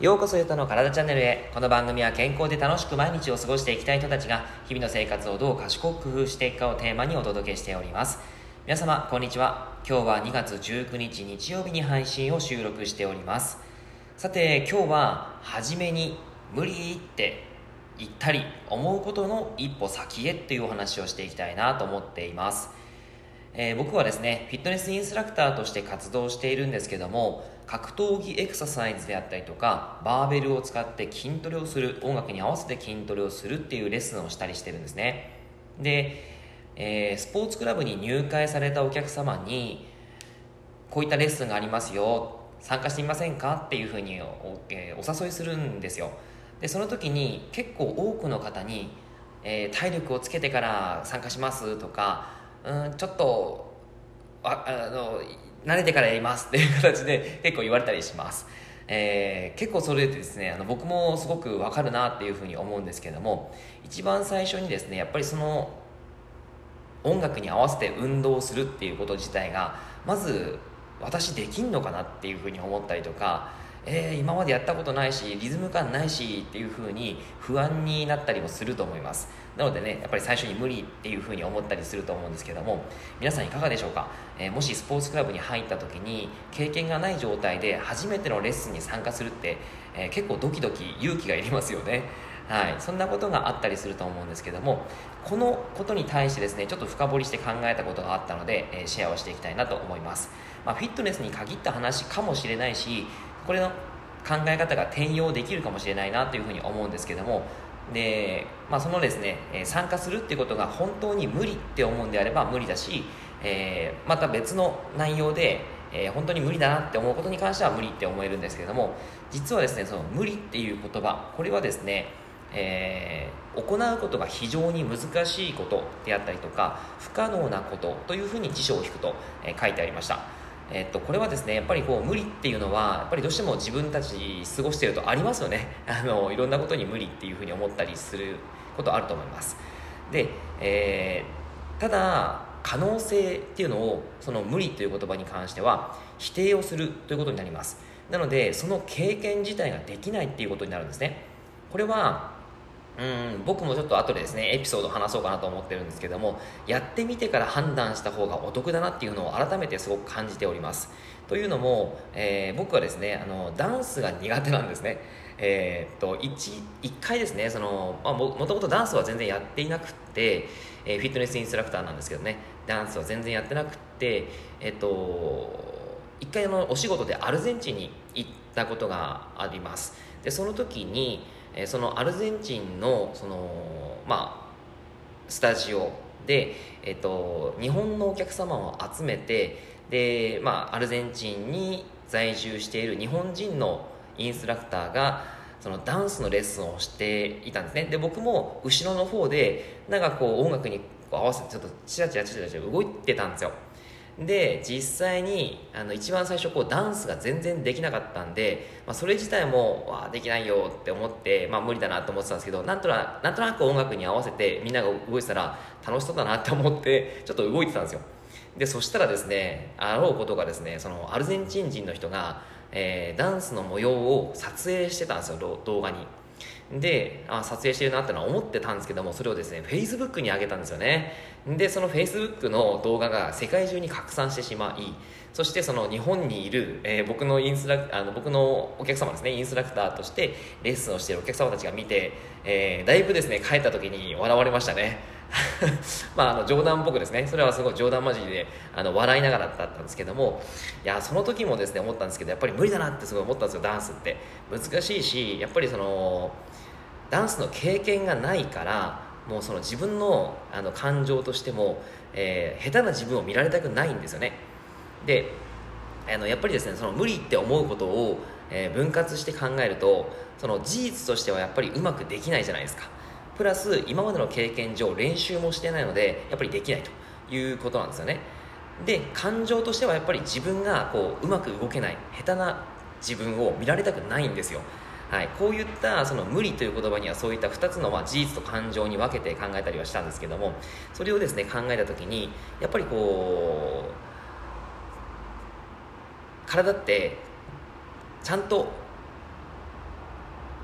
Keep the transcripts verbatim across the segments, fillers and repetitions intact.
ようこそゆたの体チャンネルへ。この番組は健康で楽しく毎日を過ごしていきたい人たちが日々の生活をどう賢く工夫していくかをテーマにお届けしております。皆様こんにちは。今日はにがつじゅうくにち日曜日に配信を収録しております。さて今日は初めに無理って言ったり思うことの一歩先へっていうお話をしていきたいなと思っています。えー、僕はですねフィットネスインストラクターとして活動しているんですけども、格闘技エクササイズであったりとかバーベルを使って筋トレをする、音楽に合わせて筋トレをするっていうレッスンをしたりしてるんですね。で、えー、スポーツクラブに入会されたお客様にこういったレッスンがありますよ、参加してみませんかっていうふうに お,、えー、お誘いするんですよ。でその時に結構多くの方に、えー、体力をつけてから参加しますとか、うんちょっとああの慣れてからやりますっていう形で結構言われたりします。えー、結構それでですね、あの僕もすごくわかるなっていうふうに思うんですけども、一番最初にですねやっぱりその音楽に合わせて運動するっていうこと自体がまず私できんのかなっていうふうに思ったりとか、えー、今までやったことないしリズム感ないしっていうふうに不安になったりもすると思います。なのでねやっぱり最初に無理っていうふうに思ったりすると思うんですけども、皆さんいかがでしょうか。えー、もしスポーツクラブに入った時に経験がない状態で初めてのレッスンに参加するって、えー、結構ドキドキ勇気がいりますよね。はい、そんなことがあったりすると思うんですけども、このことに対してですねちょっと深掘りして考えたことがあったので、えー、シェアをしていきたいなと思います。まあ、フィットネスに限った話かもしれないし、これの考え方が転用できるかもしれないなというふうに思うんですけども、で、まあ、そのですね、えー、参加するっていうことが本当に無理って思うんであれば無理だし、えー、また別の内容で、えー、本当に無理だなって思うことに関しては無理って思えるんですけども、実はですねその無理っていう言葉、これはですねえー、行うことが非常に難しいことであったりとか不可能なことというふうに辞書を引くと、えー、書いてありました。えー、っとこれはですねやっぱりこう無理っていうのはやっぱりどうしても自分たち過ごしているとありますよね。あのいろんなことに無理っていうふうに思ったりすることあると思います。で、えー、ただ可能性っていうのをその無理という言葉に関しては否定をするということになります。なのでその経験自体ができないっていうことになるんですね。これはうん僕もちょっと後でですねエピソードを話そうかなと思ってるんですけども、やってみてから判断した方がお得だなっていうのを改めてすごく感じております。というのも、えー、僕はですねあのダンスが苦手なんですね。えー、っと 1, 1回ですねその、まあ、も, もともとダンスは全然やっていなくって、えー、フィットネスインストラクターなんですけどね、ダンスは全然やってなくって、えー、っといっかいのお仕事でアルゼンチンに行ったことがあります。でその時にそのアルゼンチンのその、まあ、スタジオで、えっと、日本のお客様を集めてで、まあ、アルゼンチンに在住している日本人のインストラクターがそのダンスのレッスンをしていたんですね。で僕も後ろの方でなんかこう音楽に合わせてちょっとチラチラチラチラ動いてたんですよ。で実際にあの一番最初こうダンスが全然できなかったんで、まあ、それ自体もわできないよって思って、まあ、無理だなと思ってたんですけど、なんとななんとなく音楽に合わせてみんなが動いてたら楽しそうだなって思ってちょっと動いてたんですよ。でそしたらですねあろうことがですねそのアルゼンチン人の人が、えー、ダンスの模様を撮影してたんですよ、動画に。であ撮影してるなってのは思ってたんですけども、それをですね Facebook に上げたんですよね。でその Facebook の動画が世界中に拡散してしまい、そしてその日本にいる、えー、僕のインストラあの僕のお客様ですね、インストラクターとしてレッスンをしているお客様たちが見て、えー、だいぶですね帰った時に笑われましたねまあ、あの冗談っぽくですね、それはすごい冗談交じりであの笑いながらだったんですけども、いやその時もですね思ったんですけど、やっぱり無理だなってすごい思ったんですよ。ダンスって難しいし、やっぱりそのダンスの経験がないからもうその自分 の, あの感情としても、えー、下手な自分を見られたくないんですよね。であのやっぱりですねその無理って思うことを、えー、分割して考えると、その事実としてはやっぱりうまくできないじゃないですか。プラス今までの経験上練習もしてないのでやっぱりできないということなんですよね。で感情としてはやっぱり自分がこううまく動けない下手な自分を見られたくないんですよ。はい、こういったその無理という言葉にはそういったふたつのまあ事実と感情に分けて考えたりはしたんですけども、それをですね考えた時にやっぱりこう体ってちゃんと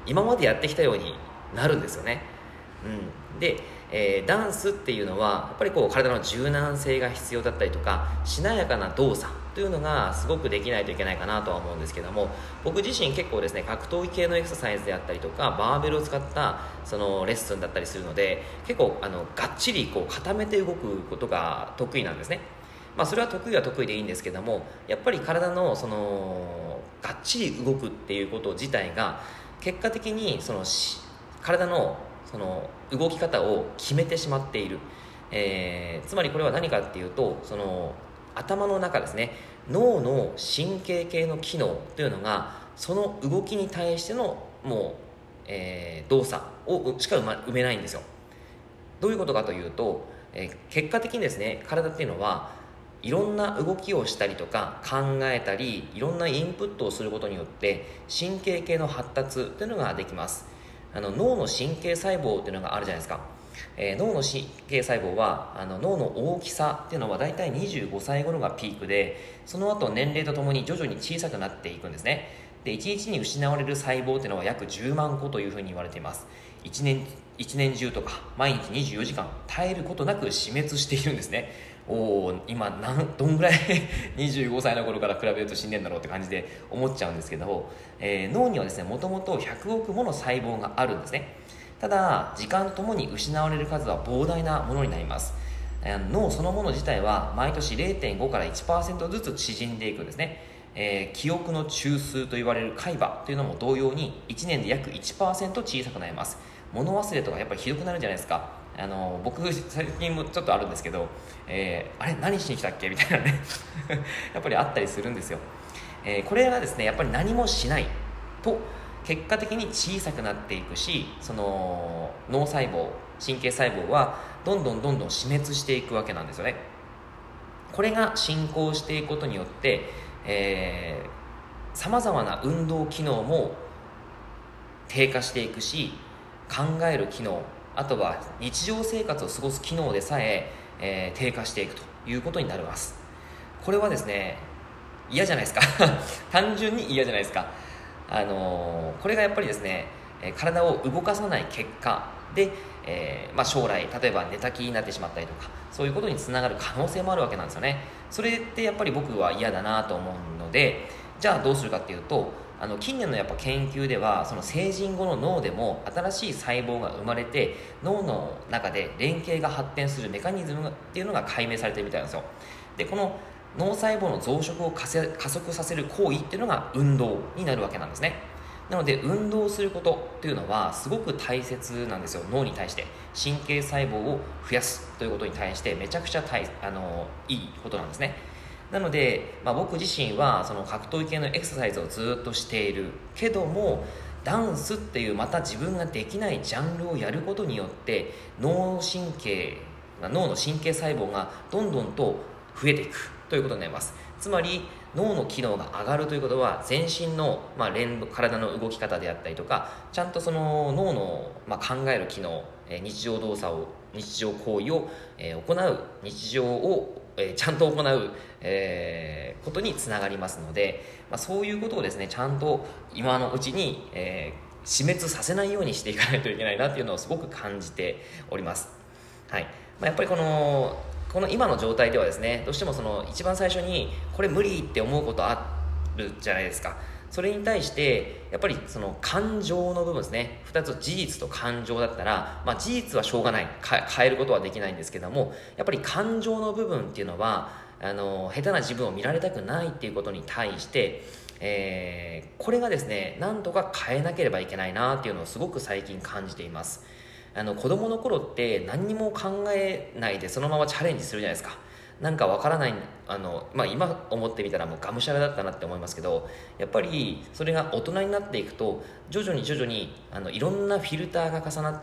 今までやってきたようになるんですよね。うん、で、えー、ダンスっていうのはやっぱりこう体の柔軟性が必要だったりとか、しなやかな動作というのがすごくできないといけないかなとは思うんですけども、僕自身結構ですね、格闘技系のエクササイズであったりとか、バーベルを使ったそのレッスンだったりするので、結構あのがっちりこう固めて動くことが得意なんですね。まあ、それは得意は得意でいいんですけども、やっぱり体のそのがっちり動くっていうこと自体が結果的にその体のその動き方を決めてしまっている、えー、つまりこれは何かっていうと、その頭の中ですね、脳の神経系の機能というのがその動きに対してのもう、えー、動作をしか埋めないんですよ。どういうことかというと、えー、結果的にですね、体っていうのはいろんな動きをしたりとか考えたり、いろんなインプットをすることによって神経系の発達というのができます。あの脳の神経細胞っていうのがあるじゃないですか。えー、脳の神経細胞はあの脳の大きさっていうのはだいたいにじゅうごさい頃がピークで、その後年齢とともに徐々に小さくなっていくんですね。で、いちにちに失われる細胞っていうのは約じゅうまんこというふうに言われています。1年一年中とか毎日にじゅうよじかん絶えることなく死滅しているんですね。おー、今なんどんぐらいにじゅうごさいの頃から比べると死んでんだろうって感じで思っちゃうんですけど、えー、脳にはですね、もともとひゃくおくもの細胞があるんですね。ただ時間とともに失われる数は膨大なものになります。脳そのもの自体は毎年 れいてんご から いちパーセント ずつ縮んでいくんですね。えー、記憶の中枢と言われる海馬というのも同様にいちねんで約 いちパーセント 小さくなります。物忘れとかやっぱりひどくなるじゃないですか。あの僕最近もちょっとあるんですけど、えー、あれ何しに来たっけみたいなねやっぱりあったりするんですよ。えー、これがですね、やっぱり何もしないと結果的に小さくなっていくし、その脳細胞神経細胞はどんどんどんどん死滅していくわけなんですよね。これが進行していくことによってさまざまな運動機能も低下していくし、考える機能、あとは日常生活を過ごす機能でさええー、低下していくということになります。これはですね、嫌じゃないですか単純に嫌じゃないですか。あのー、これがやっぱりですね、体を動かさない結果で、えーまあ、将来例えば寝たきりになってしまったりとか、そういうことにつながる可能性もあるわけなんですよね。それってやっぱり僕は嫌だなと思うので、じゃあどうするかっていうと、あの近年のやっぱ研究では、その成人後の脳でも新しい細胞が生まれて、脳の中で連携が発展するメカニズムっていうのが解明されているみたいなんですよ。で、この脳細胞の増殖を加速させる行為っていうのが運動になるわけなんですね。なので運動することっていうのはすごく大切なんですよ。脳に対して神経細胞を増やすということに対してめちゃくちゃ大あのいいことなんですね。なので、まあ、僕自身はその格闘技系のエクササイズをずっとしているけども、ダンスっていうまた自分ができないジャンルをやることによって脳神経脳の神経細胞がどんどんと増えていくということになります。つまり脳の機能が上がるということは、全身の、まあ、連動体の動き方であったりとか、ちゃんとその脳の、まあ、考える機能、日常動作を日常行為を、えー、行う日常を、えー、ちゃんと行う、えー、ことにつながりますので、まあ、そういうことをですね、ちゃんと今のうちに、えー、死滅させないようにしていかないといけないなっていうのをすごく感じております。はい。まあ、やっぱりこのこの今の状態ではですね、どうしてもその一番最初にこれ無理って思うことあるじゃないですか。それに対してやっぱりその感情の部分ですね、ふたつ、事実と感情だったら、まあ、事実はしょうがない、変えることはできないんですけども、やっぱり感情の部分っていうのはあの下手な自分を見られたくないっていうことに対して、えー、これがですね、なんとか変えなければいけないなっていうのをすごく最近感じています。あの子供の頃って何にも考えないでそのままチャレンジするじゃないですか。なんかわからない、あの、まあ、今思ってみたらもうがむしゃらだったなって思いますけど、やっぱりそれが大人になっていくと徐々に徐々にあのいろんなフィルターが重なって、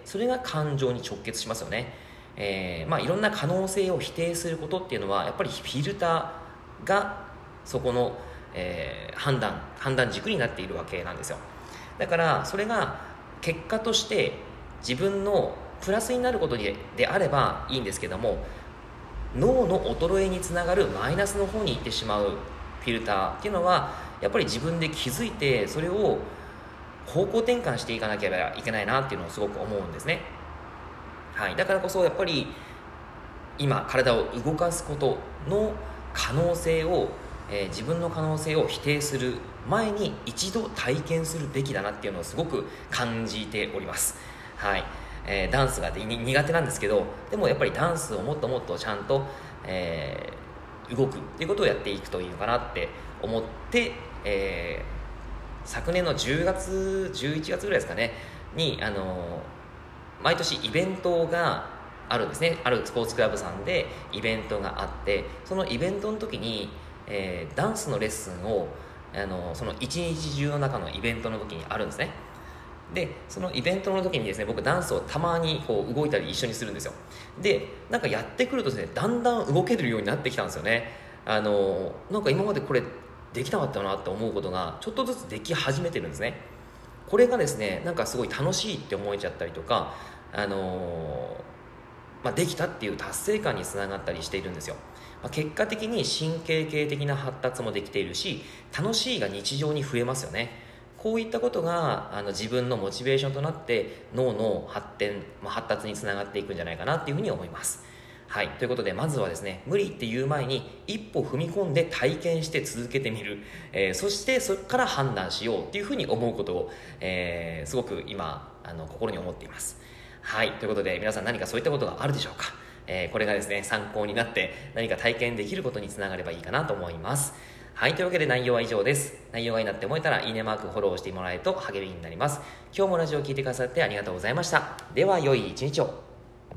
それが感情に直結しますよね。えーまあ、いろんな可能性を否定することっていうのはやっぱりフィルターがそこの、えー、判断判断軸になっているわけなんですよ。だからそれが結果として自分のプラスになることで、であればいいんですけども、脳の衰えにつながるマイナスの方に行ってしまうフィルターっていうのはやっぱり自分で気づいて、それを方向転換していかなければいけないなっていうのをすごく思うんですね。はい、だからこそやっぱり今体を動かすことの可能性を、えー、自分の可能性を否定する前に一度体験するべきだなっていうのをすごく感じております。はい、えー、ダンスが苦手なんですけど、でもやっぱりダンスをもっともっとちゃんと、えー、動くっていうことをやっていくといいのかなって思って、えー、昨年のじゅうがつじゅういちがつぐらいですかねに、あのー、毎年イベントがあるんですね。あるスポーツクラブさんでイベントがあって、そのイベントの時に、えー、ダンスのレッスンをあのその一日中の中のイベントの時にあるんですね。でそのイベントの時にですね、僕ダンスをたまにこう動いたり一緒にするんですよ。でなんかやってくるとですね、だんだん動けるようになってきたんですよね。あのなんか今までこれできなかったなって思うことがちょっとずつでき始めてるんですね。これがですね、なんかすごい楽しいって思えちゃったりとか、あのまあ、できたっていう達成感につながったりしているんですよ。まあ、結果的に神経系的な発達もできているし、楽しいが日常に増えますよね。こういったことがあの自分のモチベーションとなって脳の発展、まあ、発達につながっていくんじゃないかなっていうふうに思います。はい、ということでまずはですね、無理っていう前に一歩踏み込んで体験して続けてみる、えー、そしてそこから判断しようっていうふうに思うことを、えー、すごく今あの心に思っています。はい、ということで皆さん何かそういったことがあるでしょうか。えー、これがですね参考になって何か体験できることにつながればいいかなと思います。はい、というわけで内容は以上です。内容がいいなって思えたらいいねマークフォローしてもらえると励みになります。今日もラジオを聞いてくださってありがとうございました。では良い一日を。